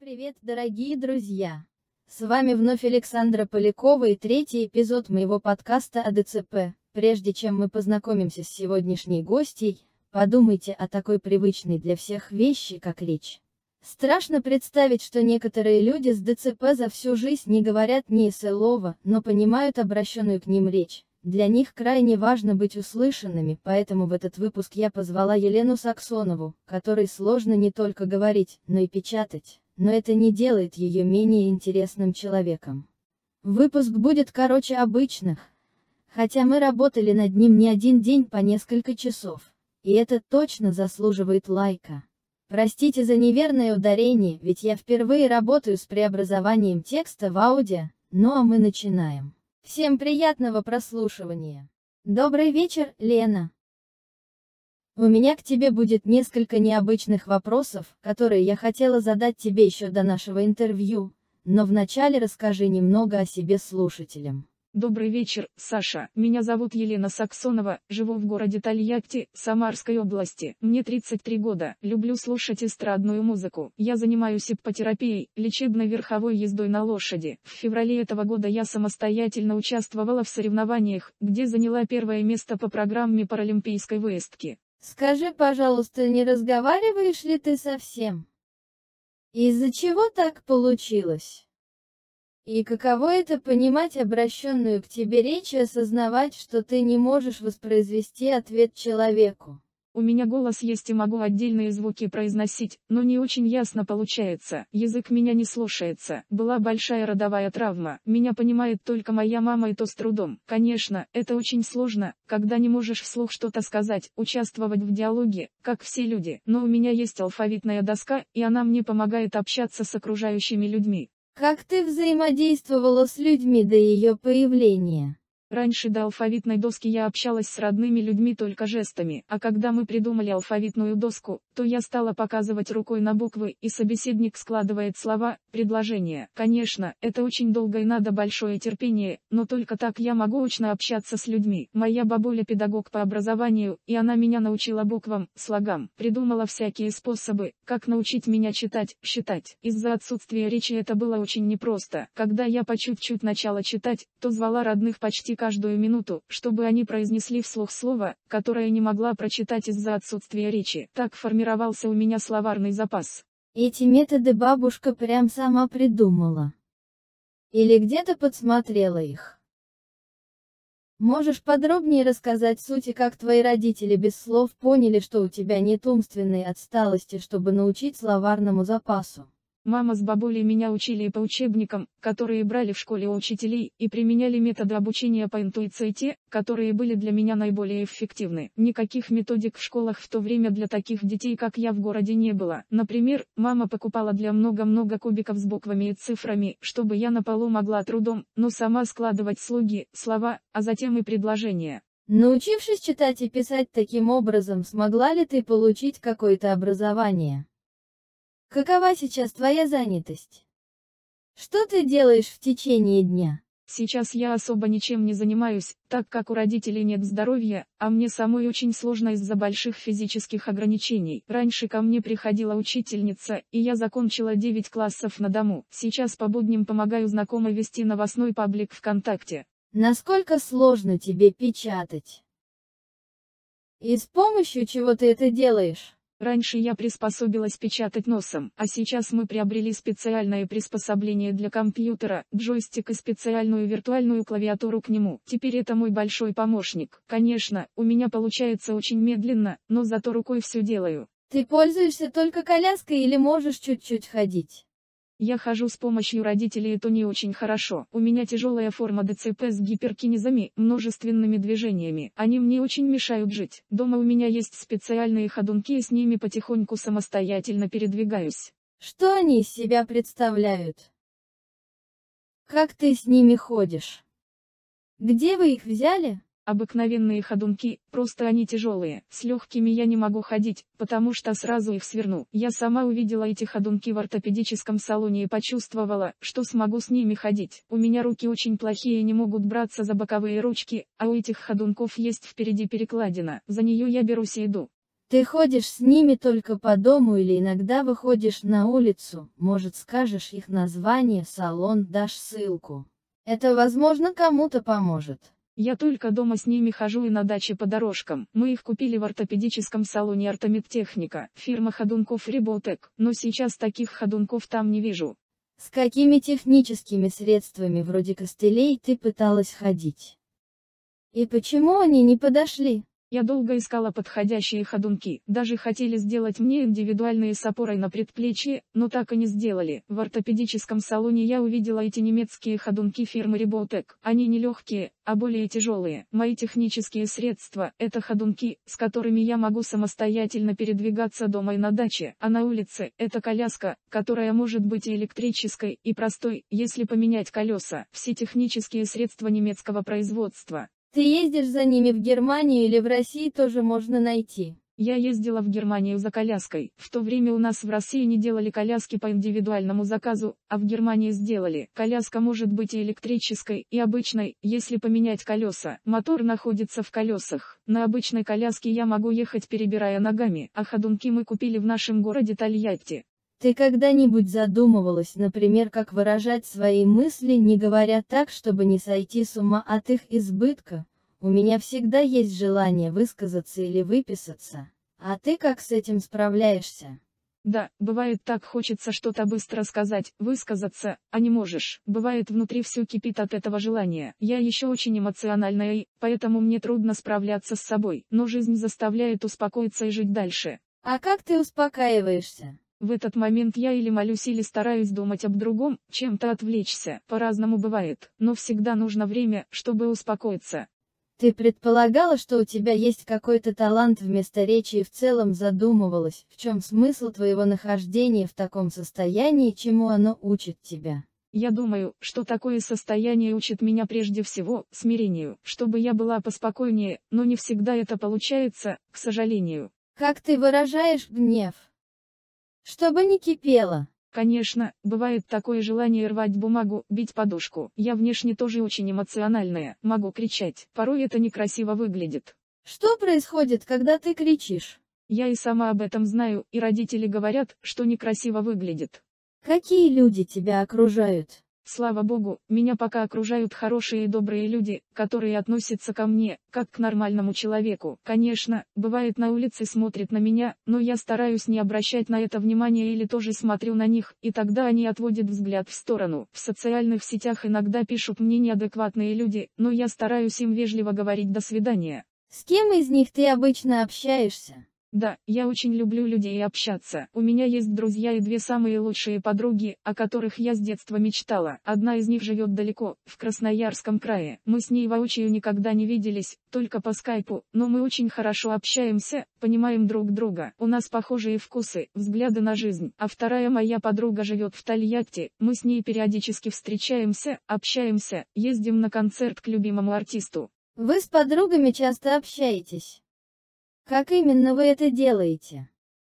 привет, дорогие друзья! С вами вновь Александра Полякова и третий эпизод моего подкаста о ДЦП. Прежде чем мы познакомимся с сегодняшней гостьей, подумайте о такой привычной для всех вещи, как речь. Страшно представить, что некоторые люди с ДЦП за всю жизнь не говорят ни слова, но понимают обращенную к ним речь. Для них крайне важно быть услышанными, поэтому в этот выпуск я позвала Елену Саксонову, которой сложно не только говорить, но и печатать. Но это не делает ее менее интересным человеком. Выпуск будет короче обычных, хотя мы работали над ним не один день по несколько часов, и это точно заслуживает лайка. Простите за неверное ударение, ведь я впервые работаю с преобразованием текста в аудио, ну а мы начинаем. Всем приятного прослушивания. Добрый вечер, Лена. У меня к тебе будет несколько необычных вопросов, которые я хотела задать тебе еще до нашего интервью, но вначале расскажи немного о себе слушателям. Добрый вечер, Саша. Меня зовут Елена Саксонова, живу в городе Тольятти, Самарской области. Мне 33 года, люблю слушать эстрадную музыку. Я занимаюсь иппотерапией, лечебной верховой ездой на лошади. В феврале этого года я самостоятельно участвовала в соревнованиях, где заняла первое место по программе паралимпийской выездки. Скажи, пожалуйста, не разговариваешь ли ты совсем? Из-за чего так получилось? И каково это понимать обращенную к тебе речь и осознавать, что ты не можешь воспроизвести ответ человеку? У меня голос есть и могу отдельные звуки произносить, но не очень ясно получается, язык меня не слушается, была большая родовая травма, меня понимает только моя мама и то с трудом. Конечно, это очень сложно, когда не можешь вслух что-то сказать, участвовать в диалоге, как все люди, но у меня есть алфавитная доска, и она мне помогает общаться с окружающими людьми. Как ты взаимодействовала с людьми до ее появления? Раньше до алфавитной доски я общалась с родными людьми только жестами, а когда мы придумали алфавитную доску, то я стала показывать рукой на буквы, и собеседник складывает слова, предложения. Конечно, это очень долго и надо большое терпение, но только так я могу очно общаться с людьми. Моя бабуля педагог по образованию, и она меня научила буквам, слогам, придумала всякие способы, как научить меня читать, считать. Из-за отсутствия речи это было очень непросто. Когда я по чуть-чуть начала читать, то звала родных почти каждую минуту, чтобы они произнесли вслух слово, которое не могла прочитать из-за отсутствия речи. Так формировался у меня словарный запас. Эти методы бабушка прям сама придумала. Или где-то подсмотрела их. Можешь подробнее рассказать суть и как твои родители без слов поняли, что у тебя нет умственной отсталости, чтобы научить словарному запасу? Мама с бабулей меня учили по учебникам, которые брали в школе у учителей, и применяли методы обучения по интуиции те, которые были для меня наиболее эффективны. Никаких методик в школах в то время для таких детей, как я, в городе не было. Например, мама покупала для много-много кубиков с буквами и цифрами, чтобы я на полу могла трудом, но сама складывать слоги, слова, а затем и предложения. Научившись читать и писать таким образом, смогла ли ты получить какое-то образование? Какова сейчас твоя занятость? Что ты делаешь в течение дня? Сейчас я особо ничем не занимаюсь, так как у родителей нет здоровья, а мне самой очень сложно из-за больших физических ограничений. Раньше ко мне приходила учительница, и я закончила 9 классов на дому. Сейчас по будням помогаю знакомой вести новостной паблик ВКонтакте. Насколько сложно тебе печатать? И с помощью чего ты это делаешь? Раньше я приспособилась печатать носом, а сейчас мы приобрели специальное приспособление для компьютера, джойстик и специальную виртуальную клавиатуру к нему. Теперь это мой большой помощник. Конечно, у меня получается очень медленно, но зато рукой все делаю. Ты пользуешься только коляской или можешь чуть-чуть ходить? Я хожу с помощью родителей, и то не очень хорошо. У меня тяжелая форма ДЦП с гиперкинезами, множественными движениями. Они мне очень мешают жить. Дома у меня есть специальные ходунки, и с ними потихоньку самостоятельно передвигаюсь. Что они из себя представляют? Как ты с ними ходишь? Где вы их взяли? Обыкновенные ходунки, просто они тяжелые. С легкими я не могу ходить, потому что сразу их сверну. Я сама увидела эти ходунки в ортопедическом салоне и почувствовала, что смогу с ними ходить. У меня руки очень плохие и не могут браться за боковые ручки, а у этих ходунков есть впереди перекладина. За нее я берусь и иду. Ты ходишь с ними только по дому или иногда выходишь на улицу, может скажешь их название, салон, дашь ссылку. Это возможно кому-то поможет. Я только дома с ними хожу и на даче по дорожкам. Мы их купили в ортопедическом салоне Ортомедтехника, фирма ходунков Ribotek, но сейчас таких ходунков там не вижу. С какими техническими средствами вроде костылей ты пыталась ходить? И почему они не подошли? Я долго искала подходящие ходунки, даже хотели сделать мне индивидуальные с опорой на предплечье, но так и не сделали. В ортопедическом салоне я увидела эти немецкие ходунки фирмы Ribotek. Они не легкие, а более тяжелые. Мои технические средства – это ходунки, с которыми я могу самостоятельно передвигаться дома и на даче, а на улице – это коляска, которая может быть и электрической, и простой, если поменять колеса. Все технические средства немецкого производства. Ты ездишь за ними в Германию или в России тоже можно найти? Я ездила в Германию за коляской. В то время у нас в России не делали коляски по индивидуальному заказу, а в Германии сделали. Коляска может быть и электрической, и обычной, если поменять колеса. Мотор находится в колесах. На обычной коляске я могу ехать, перебирая ногами, а ходунки мы купили в нашем городе Тольятти. Ты когда-нибудь задумывалась, например, как выражать свои мысли, не говоря так, чтобы не сойти с ума от их избытка? У меня всегда есть желание высказаться или выписаться. А ты как с этим справляешься? Да, бывает так, хочется что-то быстро сказать, высказаться, а не можешь. Бывает, внутри все кипит от этого желания. Я еще очень эмоциональная и, поэтому мне трудно справляться с собой, но жизнь заставляет успокоиться и жить дальше. А как ты успокаиваешься? В этот момент я или молюсь, или стараюсь думать об другом, чем-то отвлечься. По-разному бывает, но всегда нужно время, чтобы успокоиться. Ты предполагала, что у тебя есть какой-то талант вместо речи и в целом задумывалась, в чем смысл твоего нахождения в таком состоянии и чему оно учит тебя? Я думаю, что такое состояние учит меня прежде всего смирению, чтобы я была поспокойнее, но не всегда это получается, к сожалению. Как ты выражаешь гнев? Чтобы не кипело. Конечно, бывает такое желание рвать бумагу, бить подушку. Я внешне тоже очень эмоциональная, могу кричать. Порой это некрасиво выглядит. Что происходит, когда ты кричишь? Я и сама об этом знаю, и родители говорят, что некрасиво выглядит. Какие люди тебя окружают? Слава Богу, меня пока окружают хорошие и добрые люди, которые относятся ко мне, как к нормальному человеку. Конечно, бывает на улице смотрят на меня, но я стараюсь не обращать на это внимания или тоже смотрю на них, и тогда они отводят взгляд в сторону. В социальных сетях иногда пишут мне неадекватные люди, но я стараюсь им вежливо говорить «до свидания». С кем из них ты обычно общаешься? Да, я очень люблю людей и общаться. У меня есть друзья и две самые лучшие подруги, о которых я с детства мечтала. Одна из них живет далеко, в Красноярском крае. Мы с ней воочию никогда не виделись, только по скайпу, но мы очень хорошо общаемся, понимаем друг друга. У нас похожие вкусы, взгляды на жизнь. А вторая моя подруга живет в Тольятти, мы с ней периодически встречаемся, общаемся, ездим на концерт к любимому артисту. Вы с подругами часто общаетесь. Как именно вы это делаете?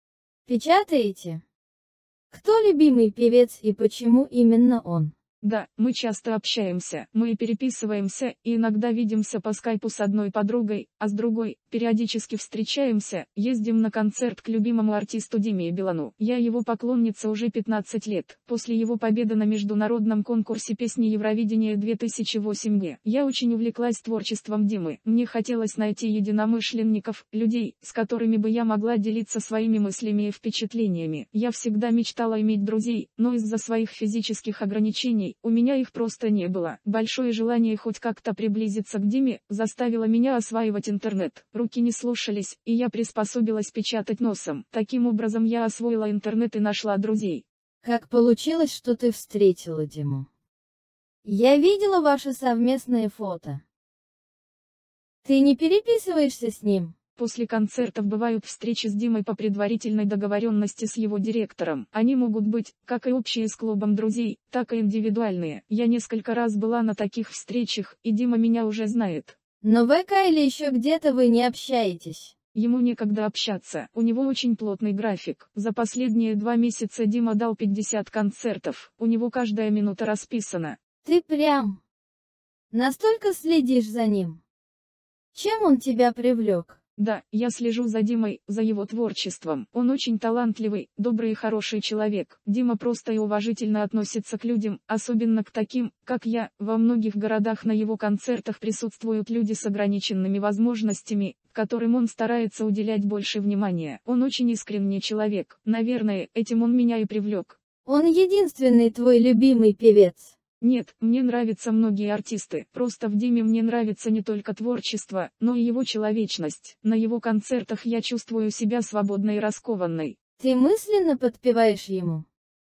Печатаете? Кто любимый певец и почему именно он? Да, мы часто общаемся, мы переписываемся, и иногда видимся по скайпу с одной подругой, а с другой, периодически встречаемся, ездим на концерт к любимому артисту Диме Билану. Я его поклонница уже 15 лет. После его победы на международном конкурсе песни Евровидения 2008 я очень увлеклась творчеством Димы. Мне хотелось найти единомышленников, людей, с которыми бы я могла делиться своими мыслями и впечатлениями. Я всегда мечтала иметь друзей, но из-за своих физических ограничений у меня их просто не было. Большое желание хоть как-то приблизиться к Диме заставило меня осваивать интернет. Руки не слушались, и я приспособилась печатать носом. Таким образом я освоила интернет и нашла друзей. Как получилось, что ты встретила Диму? Я видела ваше совместное фото. Ты не переписываешься с ним? После концертов бывают встречи с Димой по предварительной договоренности с его директором. Они могут быть, как и общие с клубом друзей, так и индивидуальные. Я несколько раз была на таких встречах, и Дима меня уже знает. Но в ВК или еще где-то вы не общаетесь? Ему некогда общаться, у него очень плотный график. За последние 2 месяца Дима дал 50 концертов, у него каждая минута расписана. Ты прям настолько следишь за ним? Чем он тебя привлек? Да, я слежу за Димой, за его творчеством. Он очень талантливый, добрый и хороший человек. Дима просто и уважительно относится к людям, особенно к таким, как я. Во многих городах на его концертах присутствуют люди с ограниченными возможностями, которым он старается уделять больше внимания. Он очень искренний человек. Наверное, этим он меня и привлек. Он единственный твой любимый певец? Нет, мне нравятся многие артисты, просто в Диме мне нравится не только творчество, но и его человечность. На его концертах я чувствую себя свободной и раскованной. Ты мысленно подпеваешь ему?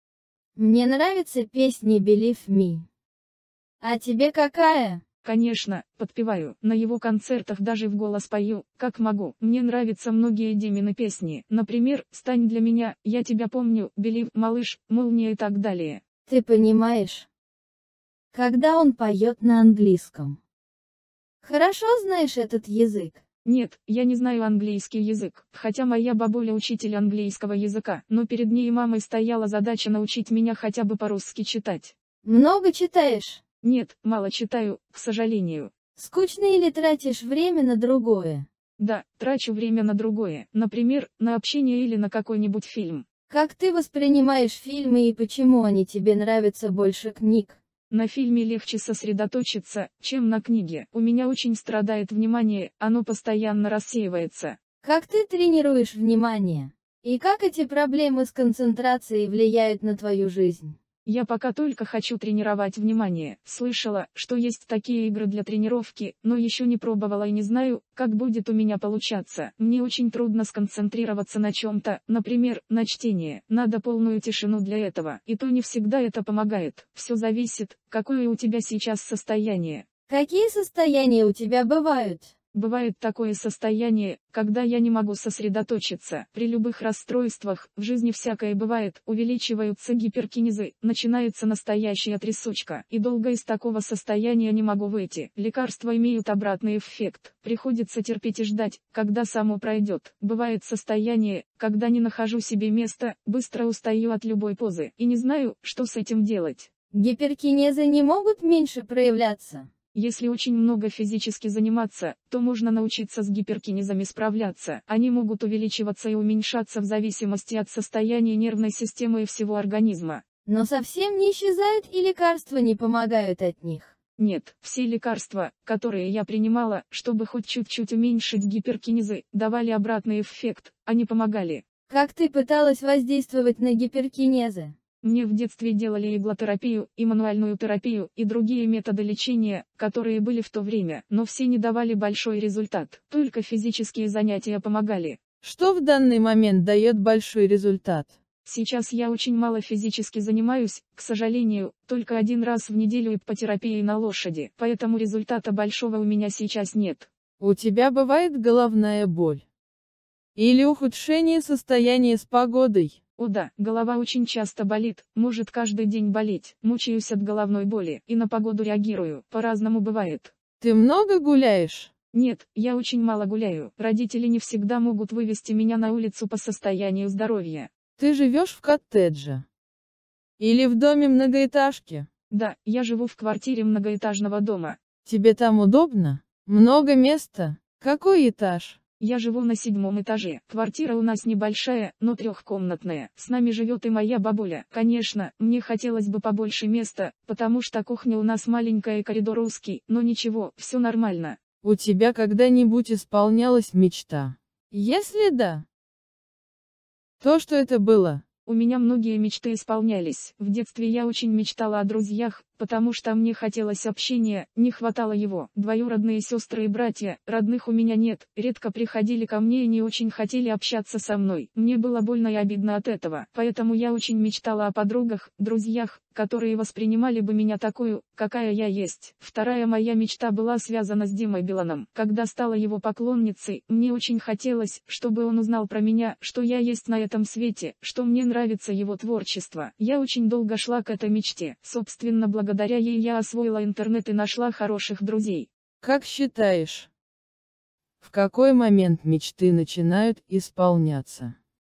Мне нравится песня Believe Me. А тебе какая? Конечно, подпеваю, на его концертах даже в голос пою, как могу. Мне нравятся многие Димины песни, например, «Стань для меня», «Я тебя помню», «Believe», «Малыш», «Молния» и так далее. Ты понимаешь, когда он поет на английском? Хорошо знаешь этот язык? Нет, я не знаю английский язык, хотя моя бабуля учитель английского языка, но перед ней и мамой стояла задача научить меня хотя бы по-русски читать. Много читаешь? Нет, мало читаю, к сожалению. Скучно или тратишь время на другое? Да, трачу время на другое, например, на общение или на какой-нибудь фильм. Как ты воспринимаешь фильмы и почему они тебе нравятся больше книг? На фильме легче сосредоточиться, чем на книге. У меня очень страдает внимание, оно постоянно рассеивается. Как ты тренируешь внимание? И как эти проблемы с концентрацией влияют на твою жизнь? Я пока только хочу тренировать внимание. Слышала, что есть такие игры для тренировки, но еще не пробовала и не знаю, как будет у меня получаться. Мне очень трудно сконцентрироваться на чем-то, например, на чтении. Надо полную тишину для этого, и то не всегда это помогает. Все зависит, какое у тебя сейчас состояние. Какие состояния у тебя бывают? Бывает такое состояние, когда я не могу сосредоточиться. При любых расстройствах, в жизни всякое бывает, увеличиваются гиперкинезы, начинается настоящая трясучка, и долго из такого состояния не могу выйти. Лекарства имеют обратный эффект, приходится терпеть и ждать, когда само пройдет. Бывает состояние, когда не нахожу себе места, быстро устаю от любой позы, и не знаю, что с этим делать. Гиперкинезы не могут меньше проявляться? Если очень много физически заниматься, то можно научиться с гиперкинезами справляться. Они могут увеличиваться и уменьшаться в зависимости от состояния нервной системы и всего организма. Но совсем не исчезают и лекарства не помогают от них? Нет, все лекарства, которые я принимала, чтобы хоть чуть-чуть уменьшить гиперкинезы, давали обратный эффект, они помогали. Как ты пыталась воздействовать на гиперкинезы? Мне в детстве делали иглотерапию, и мануальную терапию, и другие методы лечения, которые были в то время, но все не давали большой результат, только физические занятия помогали. Что в данный момент дает большой результат? Сейчас я очень мало физически занимаюсь, к сожалению, только один раз в неделю иппотерапией на лошади, поэтому результата большого у меня сейчас нет. У тебя бывает головная боль? Или ухудшение состояния с погодой? О да, голова очень часто болит, может каждый день болеть, мучаюсь от головной боли, и на погоду реагирую, по-разному бывает. Ты много гуляешь? Нет, я очень мало гуляю, родители не всегда могут вывести меня на улицу по состоянию здоровья. Ты живешь в коттедже? Или в доме многоэтажки? Да, я живу в квартире многоэтажного дома. Тебе там удобно? Много места? Какой этаж? Я живу на 7-м этаже. Квартира у нас небольшая, но трехкомнатная. С нами живет и моя бабуля. Конечно, мне хотелось бы побольше места, потому что кухня у нас маленькая и коридор узкий, но ничего, все нормально. У тебя когда-нибудь исполнялась мечта? Если да, то что это было? У меня многие мечты исполнялись. В детстве я очень мечтала о друзьях, потому что мне хотелось общения, не хватало его. Двоюродные сестры и братья, родных у меня нет, редко приходили ко мне и не очень хотели общаться со мной. Мне было больно и обидно от этого, поэтому я очень мечтала о подругах, друзьях, которые воспринимали бы меня такую, какая я есть. Вторая моя мечта была связана с Димой Биланом. Когда стала его поклонницей, мне очень хотелось, чтобы он узнал про меня, что я есть на этом свете, что мне нравится его творчество. Я очень долго шла к этой мечте. Собственно, благодаря ей я освоила интернет и нашла хороших друзей. Как считаешь, в какой момент мечты начинают исполняться?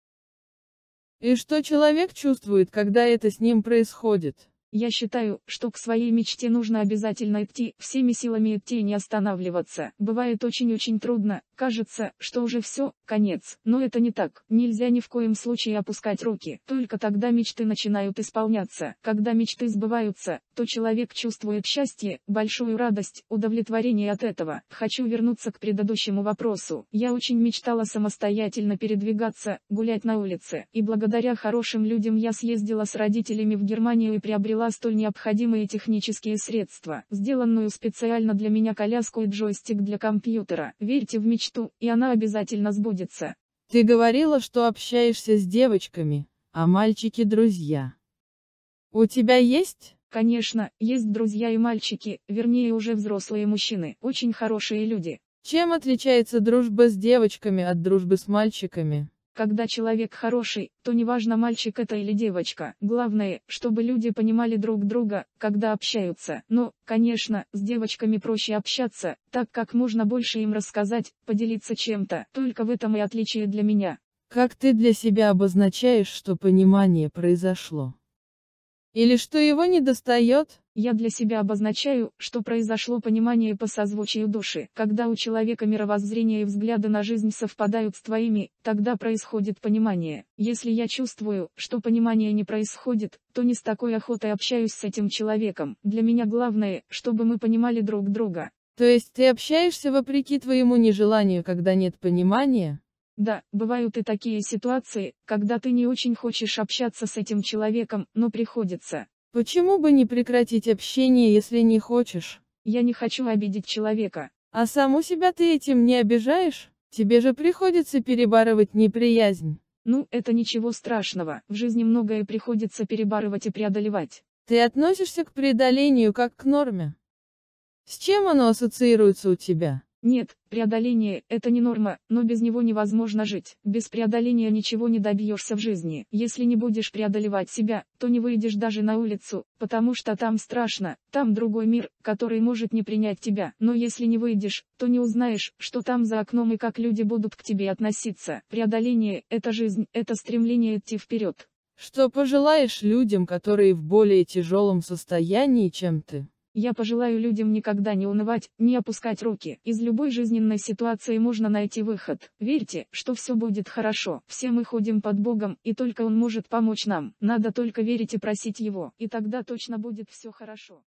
И что человек чувствует, когда это с ним происходит? Я считаю, что к своей мечте нужно обязательно идти, всеми силами идти и не останавливаться. Бывает очень-очень трудно, Кажется, что уже все, конец, но это не так. Нельзя ни в коем случае опускать руки. Только тогда мечты начинают исполняться. Когда мечты сбываются, то человек чувствует счастье, большую радость, удовлетворение от этого. Хочу вернуться к предыдущему вопросу. Я очень мечтала самостоятельно передвигаться, гулять на улице. И благодаря хорошим людям я съездила с родителями в Германию и приобрела столь необходимые технические средства. Сделанную специально для меня коляску и джойстик для компьютера. Верьте в мечту, и она обязательно сбудется. Ты говорила, что общаешься с девочками, а мальчики друзья. У тебя есть? Конечно, есть друзья и мальчики, вернее уже взрослые мужчины, очень хорошие люди. Чем отличается дружба с девочками от дружбы с мальчиками? Когда человек хороший, то неважно, мальчик это или девочка. Главное, чтобы люди понимали друг друга, когда общаются. Но, конечно, с девочками проще общаться, так как можно больше им рассказать, поделиться чем-то. Только в этом и отличие для меня. Как ты для себя обозначаешь, что понимание произошло? Или что его недостает? Я для себя обозначаю, что произошло понимание по созвучию души. Когда у человека мировоззрение и взгляды на жизнь совпадают с твоими, тогда происходит понимание. Если я чувствую, что понимание не происходит, то не с такой охотой общаюсь с этим человеком. Для меня главное, чтобы мы понимали друг друга. То есть ты общаешься вопреки твоему нежеланию, когда нет понимания? Да, бывают и такие ситуации, когда ты не очень хочешь общаться с этим человеком, но приходится. Почему бы не прекратить общение, если не хочешь? Я не хочу обидеть человека. А саму себя ты этим не обижаешь? Тебе же приходится перебарывать неприязнь. Ну, это ничего страшного, в жизни многое приходится перебарывать и преодолевать. Ты относишься к преодолению как к норме? С чем оно ассоциируется у тебя? Нет, преодоление – это не норма, но без него невозможно жить. Без преодоления ничего не добьешься в жизни. Если не будешь преодолевать себя, то не выйдешь даже на улицу, потому что там страшно, там другой мир, который может не принять тебя. Но если не выйдешь, то не узнаешь, что там за окном и как люди будут к тебе относиться. Преодоление – это жизнь, это стремление идти вперед. Что пожелаешь людям, которые в более тяжелом состоянии, чем ты? Я пожелаю людям никогда не унывать, не опускать руки. Из любой жизненной ситуации можно найти выход. Верьте, что все будет хорошо. Все мы ходим под Богом, и только Он может помочь нам. Надо только верить и просить Его, и тогда точно будет все хорошо.